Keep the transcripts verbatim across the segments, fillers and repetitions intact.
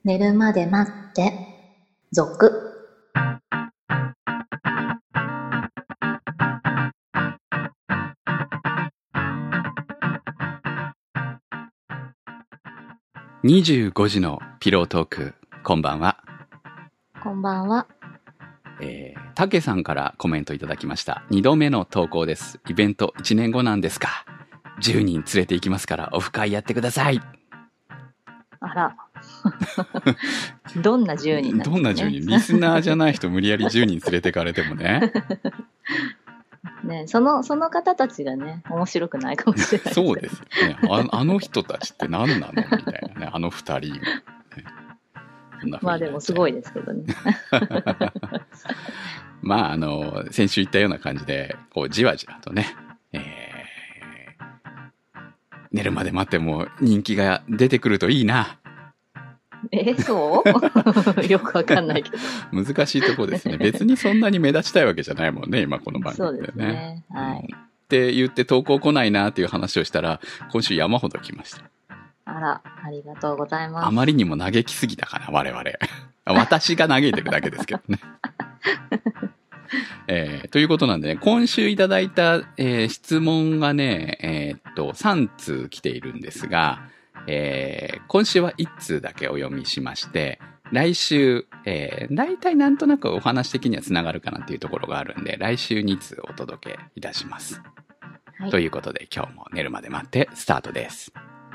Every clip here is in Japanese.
寝るまで待って、続。 にじゅうごじのピロートーク、こんばんは。 こんばんは。 えー、たけさんからコメントいただきました。にどめの投稿です。イベントいちねんごなんですか。じゅうにん連れて行きますからオフ会やってください。 あら。どんなじゅうにんなんですかね。 どんなじゅうにん、リスナーじゃない人無理やりじゅうにん連れてかれてもね。 ね、そのその方たちがね面白くないかもしれない、ね、 そうですよね。あ, あの人たちって何なのみたいなね。あの二人、ね、 まあでもすごいですけどね。 まああの先週言ったような感じでこうじわじわとね、えー、寝るまで待っても人気が出てくるといいな。 えそうよくわかんないけど難しいとこですね。別にそんなに目立ちたいわけじゃないもんね、今この番組でね。 そうですね、はい、 うん、って言って投稿来ないなっていう話をしたら今週山ほど来ました。 あら、ありがとうございます。 あまりにも嘆きすぎたかな我々。私が嘆いてるだけですけどね。えー、ということなんでね、今週いただいた、えー、質問がね、えー、っとさん通来ているんですが、えー、今週はいち通だけお読みしまして、来週、えー、大体なんとなくお話的にはつながるかなっていうところがあるんで、来週に通お届けいたします。はい、ということで今日も寝るまで待ってスタートです。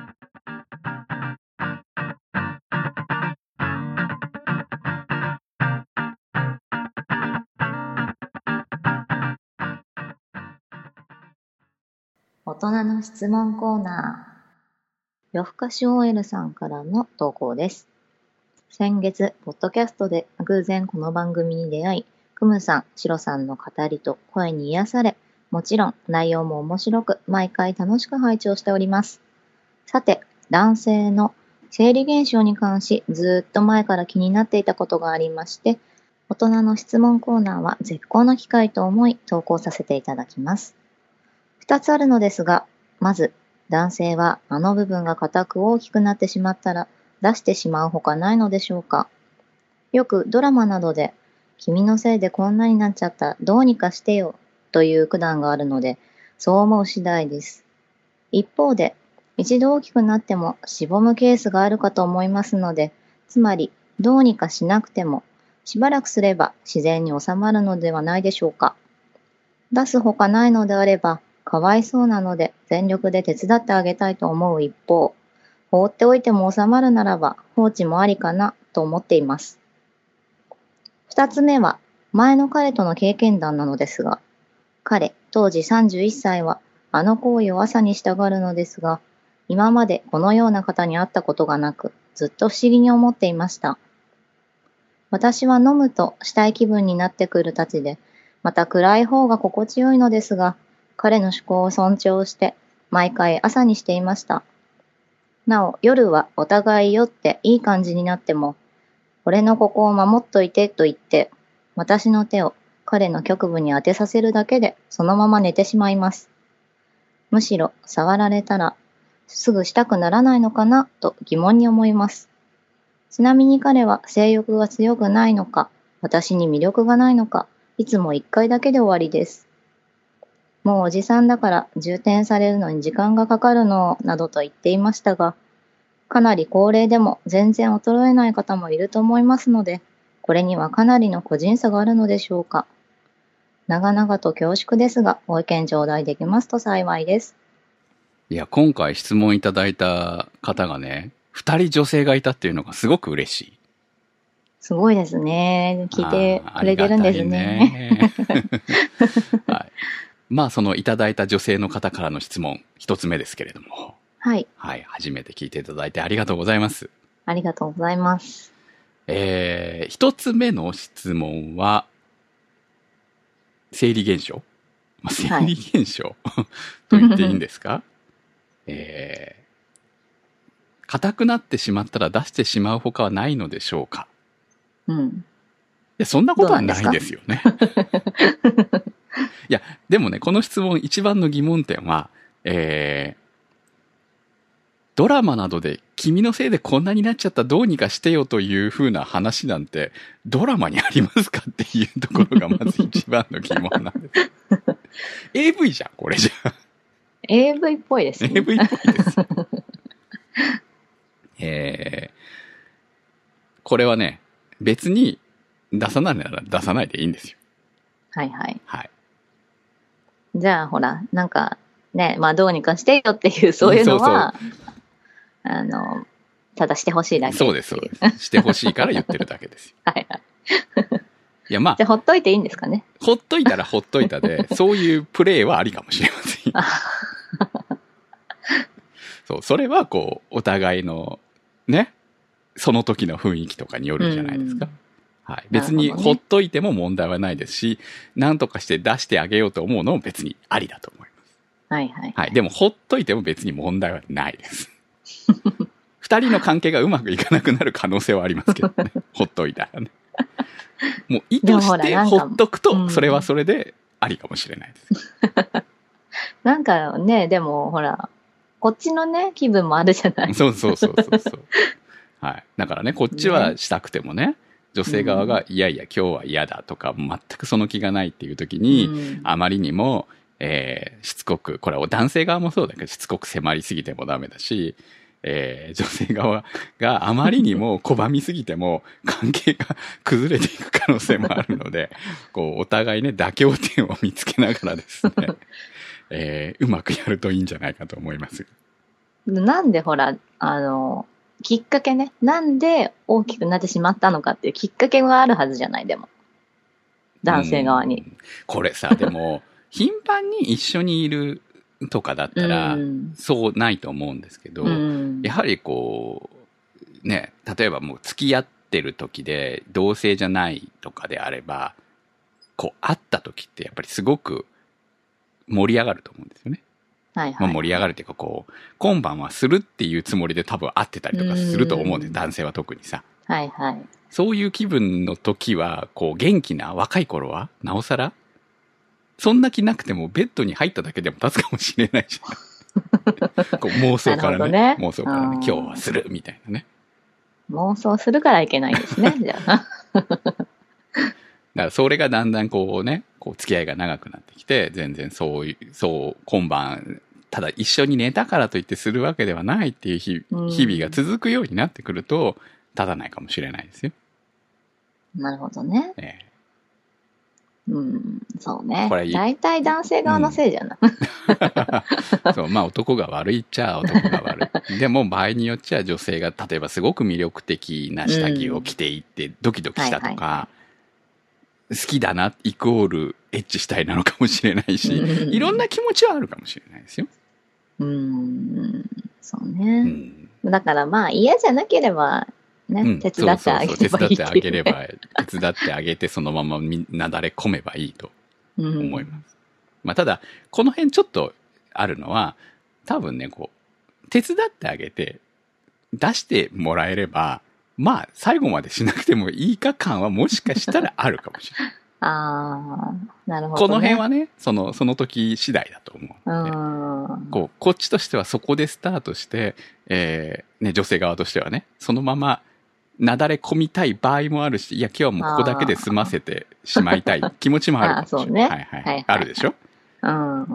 大人の質問コーナー。夜更かし オーエル さんからの投稿です。先月、ポッドキャストで偶然この番組に出会い、クムさん、シロさんの語りと声に癒され、もちろん内容も面白く、毎回楽しく拝聴しております。さて、男性の生理現象に関し、ずっと前から気になっていたことがありまして、大人の質問コーナーは絶好の機会と思い投稿させていただきます。二つあるのですが、まず、男性はあの部分が硬く大きくなってしまったら出してしまうほかないのでしょうか。よくドラマなどで、君のせいでこんなになっちゃったどうにかしてよという句段があるので、そう思う次第です。一方で、一度大きくなってもしぼむケースがあるかと思いますので、つまりどうにかしなくてもしばらくすれば自然に収まるのではないでしょうか。出すほかないのであれば、かわいそうなので全力で手伝ってあげたいと思う一方、放っておいても収まるならば放置もありかなと思っています。二つ目は前の彼との経験談なのですが、彼、当時さんじゅういっさいはあの行為を朝にしたがるのですが、今までこのような方に会ったことがなく、ずっと不思議に思っていました。私は飲むとしたい気分になってくるたちで、また暗い方が心地よいのですが、彼の趣向を尊重して、毎回朝にしていました。なお、夜はお互い酔っていい感じになっても、俺のここを守っといてと言って、私の手を彼の局部に当てさせるだけで、そのまま寝てしまいます。むしろ、触られたら、すぐしたくならないのかな、と疑問に思います。ちなみに彼は性欲が強くないのか、私に魅力がないのか、いつも一回だけで終わりです。もうおじさんだから充填されるのに時間がかかるのなどと言っていましたが、かなり高齢でも全然衰えない方もいると思いますので、これにはかなりの個人差があるのでしょうか。長々と恐縮ですが、ご意見頂戴できますと幸いです。 いや、今回質問いただいた方がね、二人女性がいたっていうのがすごく嬉しい。 すごいですね。聞いてくれてるんですね。 はい。まあそのいただいた女性の方からの質問一つ目ですけれども、 はい、 はい、初めて聞いていただいてありがとうございます。 ありがとうございます。 えー、一つ目の質問は生理現象、まあ、生理現象、はい、と言っていいんですか？えー、硬くなってしまったら出してしまうほかはないのでしょうか？ うん。 いや、そんなことはないですよね。いや、でもね、この質問一番の疑問点は、えドラマなどで君のせいでこんなになっちゃったどうにかしてよという風な話なんてドラマにありますかっていうところがまず一番の疑問なんです。エーブイ じゃん、これじゃ。 エーブイ っぽいですね。 エーブイ っぽいです。えー、これはね、別に出さないなら出さないでいいんですよ。 はいはい。 はい。 じゃあほら、なんかね、まあどうにかしてよっていうそういうのは、そうそうあの、ただしてほしいだけ。 そうです、そうです。してほしいから言ってるだけですよ。 はいはい。 いやまあ。 じゃあほっといていいんですかね。 ほっといたらほっといたで、そういうプレイはありかもしれません。そう、それはこう、お互いの、ね、その時の雰囲気とかによるんじゃないですか。はい。別にほっといても問題はないですし、何とかして出してあげようと思うのも別にありだと思います。 はいはい。 はい。でもほっといても別に問題はないです。二人の関係がうまくいかなくなる可能性はありますけどね。ほっといたらね。もう意図してほっとくと、それはそれでありかもしれないです。 なんかね、でもほら、こっちのね、気分もあるじゃない。 そうそうそうそうそう。はい。だからね、こっちはしたくてもね、女性側が、いやいや、今日は嫌だとか、全くその気がないっていう時に、うん、あまりにも、えー、しつこく、これは男性側もそうだけど、しつこく迫りすぎてもダメだし、えー、女性側があまりにも拒みすぎても関係が崩れていく可能性もあるので、こう、お互いね、妥協点を見つけながらですね、えー、うまくやるといいんじゃないかと思います。 なんでほら、あの、きっかけね、なんで大きくなってしまったのかっていうきっかけがあるはずじゃない、でも。男性側に。 これさ、でも、頻繁に一緒にいるとかだったら、そうないと思うんですけど、やはりこう、ね、例えばもう付き合ってる時で、同性じゃないとかであれば、こう、会った時ってやっぱりすごく盛り上がると思うんですよね。 はいはい、 まあ盛り上がるっていうかこう、今晩はするっていうつもりで多分会ってたりとかすると思うんです、男性は特にさ。 はいはい。 そういう気分の時は、こう元気な若い頃は、なおさら、そんな気なくてもベッドに入っただけでも立つかもしれないじゃん。こう妄想からね、ね妄想からね、今日はするみたいなね。 妄想するからいけないんですね、じゃあ。 だからそれがだんだんこうね、こう付き合いが長くなってきて、全然そういう、そう、今晩、ただ一緒に寝たからといってするわけではないっていう日、日々が続くようになってくると、立たないかもしれないですよ。 なるほどね。 ええ、 うん、そうね。大体男性側のせいじゃない。 うん、そう、まあ男が悪いっちゃ男が悪い。でも場合によっちゃ女性が例えばすごく魅力的な下着を着ていってドキドキしたとか、好きだな、イコールエッチしたいなのかもしれないし、いろんな気持ちはあるかもしれないですよ。 うん、そうね。うん、だからまあ嫌じゃなければ、ね、うん、手伝ってあげればいい。 手伝ってあげれば、手伝ってあげてそのままみなだれ込めばいいと思います。うん、まあただ、この辺ちょっとあるのは、多分ね、こう、手伝ってあげて出してもらえれば、まあ最後までしなくてもいいか感はもしかしたらあるかもしれない。 ああ、なるほど、ね。 この辺はね、その、その時次第だと思うので、こう、こっちとしてはそこでスタートして、えー、ね、女性側としてはね、そのまま、なだれ込みたい場合もあるし、いや、今日はもうここだけで済ませてしまいたい気持ちもあるかもしれない。 あ、ね、 はいはい。はいはい、あるでしょ、 うん、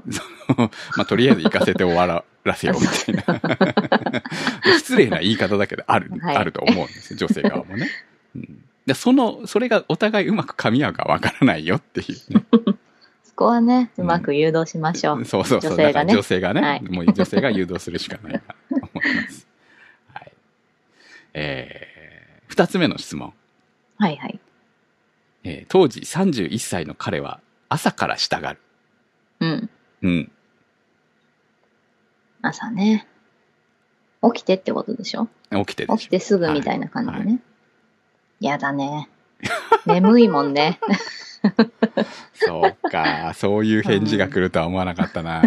その、まあ、とりあえず行かせて終わらせようみたいな。失礼な言い方だけど、ある、はい、あると思うんですよ、女性側もね。うん、でその、それがお互いうまく噛み合うかわからないよっていうね。 そこはね、うまく誘導しましょう。 うん、そうそうそう。女性がね。女性がね、はい、もう女性が誘導するしかないかと思います。はい。えー、二つ目の質問。 はいはい。 えー、当時さんじゅういっさいの彼は朝から従う。 うん。 うん。 朝ね。起きてってことでしょ？ 起きて起きてすぐみたいな感じでね。はいはい、やだね。眠いもんね。 そうか。そういう返事が来るとは思わなかったな。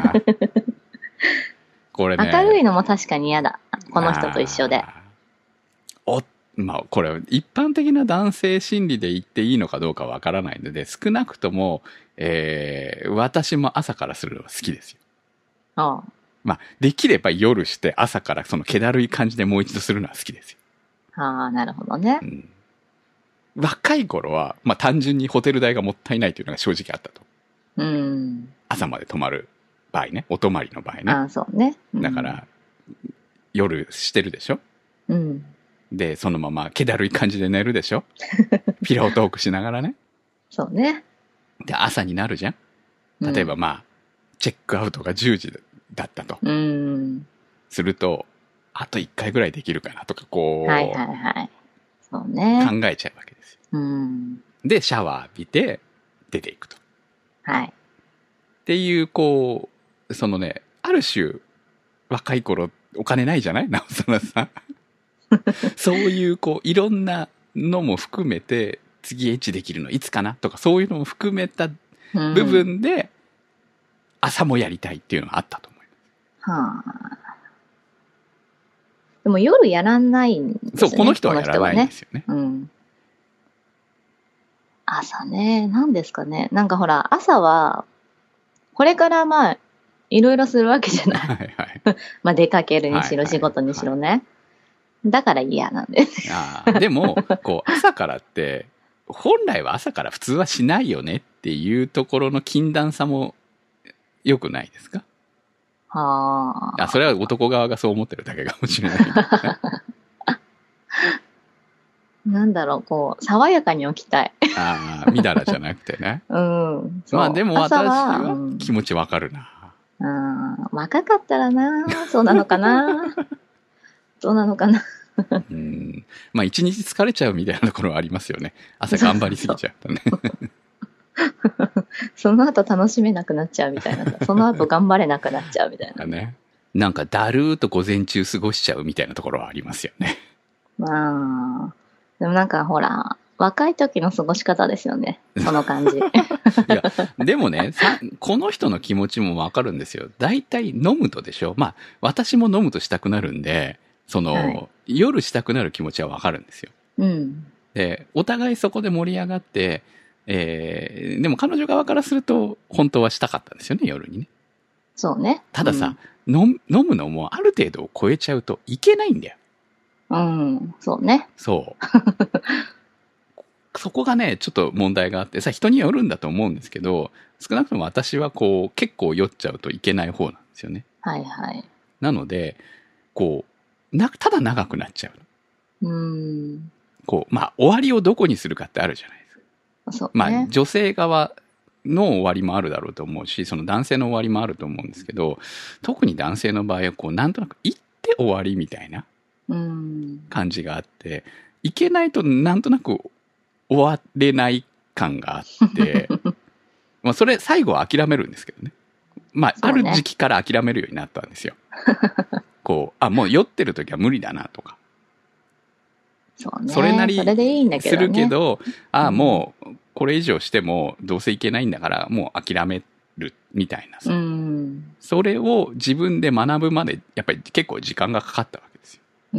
これね。 明るいのも確かに嫌だ。この人と一緒で。 お、まあ、これ、一般的な男性心理で言っていいのかどうかわからないので、少なくとも、えー、私も朝からするのは好きですよ。 ああ。 まあ、できれば夜して朝からその気だるい感じでもう一度するのは好きですよ。 ああ、なるほどね。 うん、若い頃は、まあ単純にホテル代がもったいないというのが正直あったと。 うん。 朝まで泊まる場合ね。お泊まりの場合ね。 ああ、そうね。うん、 だから、夜してるでしょ。 うん。 で、そのまま気だるい感じで寝るでしょ。ピロートークしながらね。 そうね。 で、朝になるじゃん。例えばまあ、うん、チェックアウトがじゅうじだったと。 うん。 すると、あといっかいぐらいできるかなとか、こう。 はいはいはい。そうね。 考えちゃうわけですよ。 うん。 で、シャワー浴びて、出ていくと。 はい。 っていう、こう、そのね、ある種、若い頃、お金ないじゃないなおさらさん。そういう、こう、いろんなのも含めて、次エッチできるのいつかなとか、そういうのも含めた部分で、朝もやりたいっていうのがあったと思います。 はあ。でも夜やらないんですよね。 そう、この人はやらないんですよね。 うん。朝ね、何ですかね。なんかほら、朝は、これからまあ、いろいろするわけじゃない。はいはい、まあ出かけるにしろ、はいはいはい、仕事にしろね。だから嫌なんですよ。 あでも、こう、朝からって、本来は朝から普通はしないよねっていうところの禁断さも良くないですか？ はあ。 あ、それは男側がそう思ってるだけかもしれない、ね。 なんだろう、こう、爽やかに起きたい。 ああ、みだらじゃなくてね。 うん。 まあでも私は気持ちわかるな。 うん、若かったらな、そうなのかな。どうなのかな。 うん。まあ一日疲れちゃうみたいなところはありますよね。朝頑張りすぎちゃうとね。 その後楽しめなくなっちゃうみたいな。その後頑張れなくなっちゃうみたいな。 ね。なんかだるーと午前中過ごしちゃうみたいなところはありますよね。 まあ、でもなんかほら、若い時の過ごし方ですよね。その感じ。いや、でもね、さ、この人の気持ちもわかるんですよ。大体飲むとでしょ。まあ、私も飲むとしたくなるんで、その、はい、夜したくなる気持ちはわかるんですよ。 うん。 で、お互いそこで盛り上がって、えー、でも彼女側からすると、本当はしたかったんですよね、夜にね。 そうね。 たださ、うん、飲むのもある程度を超えちゃうといけないんだよ。 うん、そうね。 そう。そこがね、ちょっと問題があって、さ、人によるんだと思うんですけど、少なくとも私はこう、結構酔っちゃうといけない方なんですよね。 はいはい。 なので、こう、な、ただ長くなっちゃう。うん。 こう、まあ、終わりをどこにするかってあるじゃないですか。 そうね。 まあ、女性側の終わりもあるだろうと思うし、その男性の終わりもあると思うんですけど、特に男性の場合は、こう、なんとなく行って終わりみたいな感じがあって、行けないとなんとなく終われない感があって、まあそれ最後は諦めるんですけどね。まあ、ね、ある時期から諦めるようになったんですよ。こう、あ、もう酔ってる時は無理だなとか。 そうね。 それなりそれでいいんだけどね。 するけど、あ、もうこれ以上してもどうせいけないんだからもう諦めるみたいなさ。 うん、 それを自分で学ぶまでやっぱり結構時間がかかったわけですよ。 うん、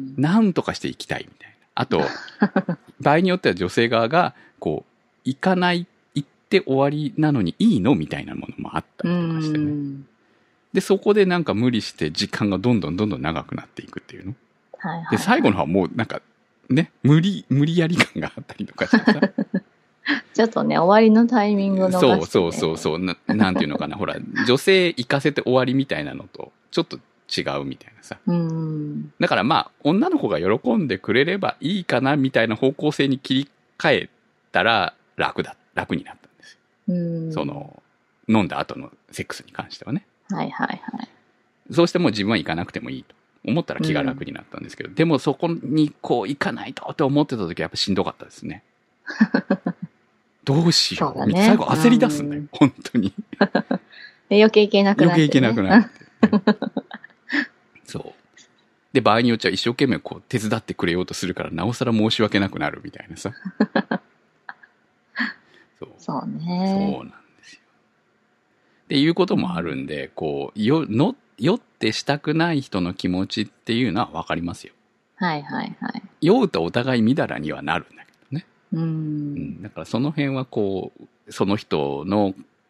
なんとかしていきたいみたいな。あと、場合によっては女性側が、こう、行かない、行って終わりなのにいいのみたいなものもあったりとかしてね。で、そこでなんか無理して時間がどんどんどんどん長くなっていくっていうの。 はいはいはい、 で、最後のはもうなんか、ね、無理、無理やり感があったりとかしてさ。 ちょっとね、終わりのタイミングの、ね、 そうそうそうそうな。なんていうのかな。ほら、女性行かせて終わりみたいなのと、ちょっと違うみたいなさ。 うんだからまあ、女の子が喜んでくれればいいかなみたいな方向性に切り替えたら楽だ、楽になったんですよ。 うんその、飲んだ後のセックスに関してはね。 はいはいはい。 そうしても自分は行かなくてもいいと思ったら気が楽になったんですけど、うん、でもそこにこう行かないとって思ってた時はやっぱしんどかったですね。どうしよう。うね、最後焦り出すんだよ、うん、本当に。 で余計行けなくなって、ね。 余計行けなくなって。そう。で、場合によっちゃ一生懸命こう手伝ってくれようとするからなおさら申し訳なくなるみたいなさ。そう。 そうね。 そうなんですよ。っていうこともあるんで、こう、よ、の、酔ってしたくない人の気持ちっていうのはわかりますよ。 はいはいはい。 酔うとお互いみだらにはなるんだけどね。 うん。 うん。だからその辺はこう、その人の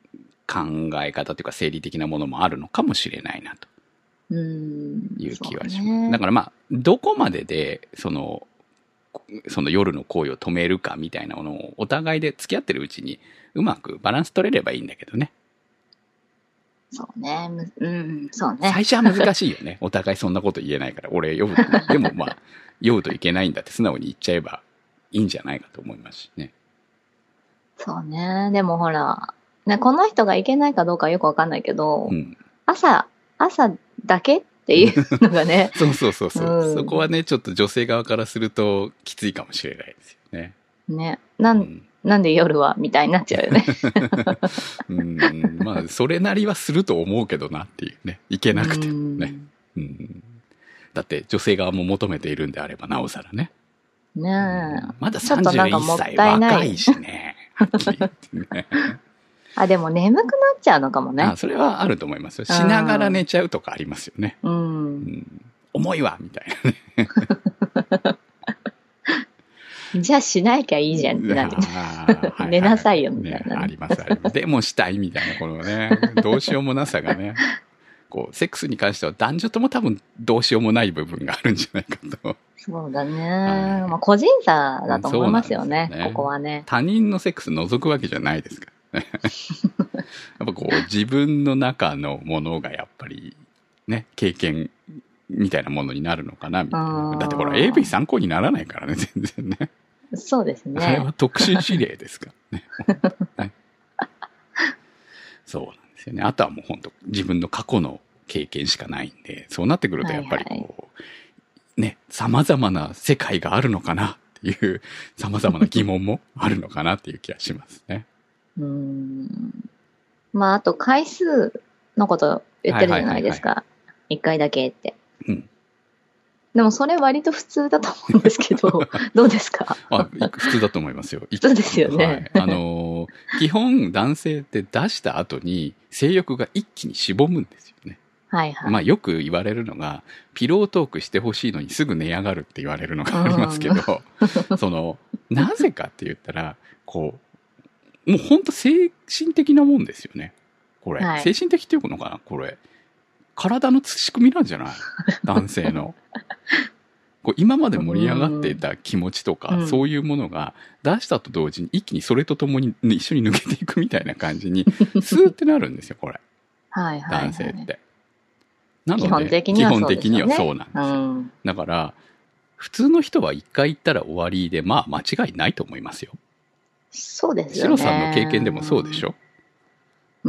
考え方というか生理的なものもあるのかもしれないなという気はします。ね、だからまあどこまででそのその夜の行為を止めるかみたいなものをお互いで付き合ってるうちにうまくバランス取れればいいんだけどね。 そうね。うん、そうね。 最初は難しいよね。お互いそんなこと言えないから。俺酔う。でもまあ、酔うといけないんだって素直に言っちゃえばいいんじゃないかと思いますしね。 そうね。でもほら、ね、この人がいけないかどうかよくわかんないけど、 うん、 朝、朝だけっていうのがね。 そうそうそうそう、 うん。 そこはね、ちょっと女性側からするときついかもしれないですよね。 ね。なん、うんなんで夜はみたいになっちゃうよね。 うん、まあそれなりはすると思うけどなっていうね、いけなくてね、うん、だって女性側も求めているんであればなおさらね。 ねえ、うん、 まださんじゅういっさい若いしね。はっきり言ってね。 あ、でも眠くなっちゃうのかもね。 あ、それはあると思いますよ。しながら寝ちゃうとかありますよね。うん、うん、重いわみたいなね。 じゃあしなきゃいいじゃんってなって、寝なさいよみたいな、ねね、ありますあります。でもしたいみたいなこのね、どうしようもなさがね、こうセックスに関しては男女とも多分どうしようもない部分があるんじゃないかと。 そうだね、はい、まあ個人差だと思いますよね、ね、ここはね。 他人のセックス覗くわけじゃないですからね。やっぱこう自分の中のものがやっぱりね、経験みたいなものになるのかなみたいな。だってほら エーブイ 参考にならないからね、全然ね。 そうですね。 あれは特殊事例ですからね。はい、そうなんですよね。あとはもう本当自分の過去の経験しかないんで、そうなってくるとやっぱりこう、はいはい、ね、様々な世界があるのかなっていう、様々な疑問もあるのかなっていう気がしますね。 うーん。まああと回数のこと言ってるじゃないですか。一回だけって。うん。でもそれ割と普通だと思うんですけど、どうですか？ あ、普通だと思いますよ。 普通ですよね。 はい、あのー、基本男性って出した後に性欲が一気にしぼむんですよね。はいはい。まあよく言われるのが、ピロートークしてほしいのにすぐ寝上がるって言われるのがありますけど、その、なぜかって言ったら、こう、もう本当精神的なもんですよね。これ。はい、精神的っていうのかなこれ。体の仕組みなんじゃない？男性の。こう今まで盛り上がっていた気持ちとか、うん、そういうものが出したと同時に一気にそれとともに一緒に抜けていくみたいな感じにスーってなるんですよこれ。はいはい、はい、男性って。なので基本的にはそうですよね。基本的にはそうなんですよ。うん、だから普通の人は一回言ったら終わりで、まあ間違いないと思いますよ。 そうですよね。 シロさんの経験でもそうでしょ。 うん、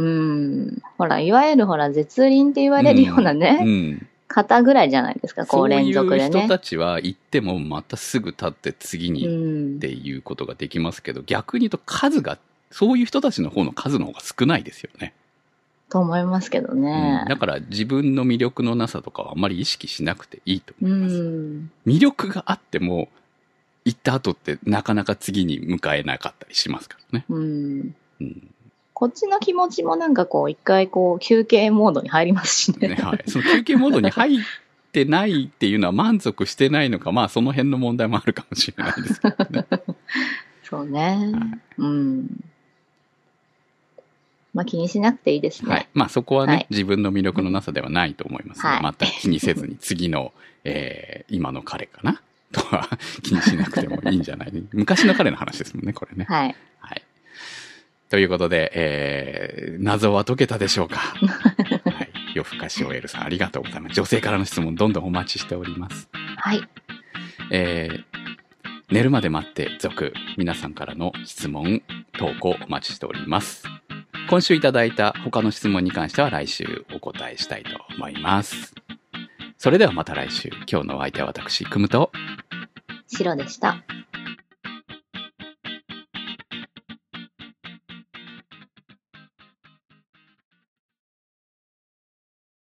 ほらいわゆるほら絶倫って言われるようなね。うんうん方ぐらいじゃないですか、こう連続でね。そういう人たちは行ってもまたすぐ経って次にっていうことができますけど、うん、逆に言うと数が、そういう人たちの方の数の方が少ないですよね。 と思いますけどね、 うん。だから自分の魅力のなさとかはあんまり意識しなくていいと思います。うん、魅力があっても、行った後ってなかなか次に迎えなかったりしますからね。うんうんこっちの気持ちもなんかこう一回こう休憩モードに入りますしね。 ねはい。その休憩モードに入ってないっていうのは満足してないのか、まあその辺の問題もあるかもしれないですけどね。 そうね、はい。うん。まあ気にしなくていいですね。 はい。まあそこはね、はい、自分の魅力のなさではないと思いますので、はい、全く気にせずに次の、えー、今の彼かなとは気にしなくてもいいんじゃない昔の彼の話ですもんね、これね。はい。はい。ということで、えー、謎は解けたでしょうか。はい。夜更かし オーエル さんありがとうございます。女性からの質問どんどんお待ちしております。はい。えー、寝るまで待って続、皆さんからの質問、投稿お待ちしております。今週いただいた他の質問に関しては来週お答えしたいと思います。それではまた来週。今日のお相手は私、くむと、 シロでした。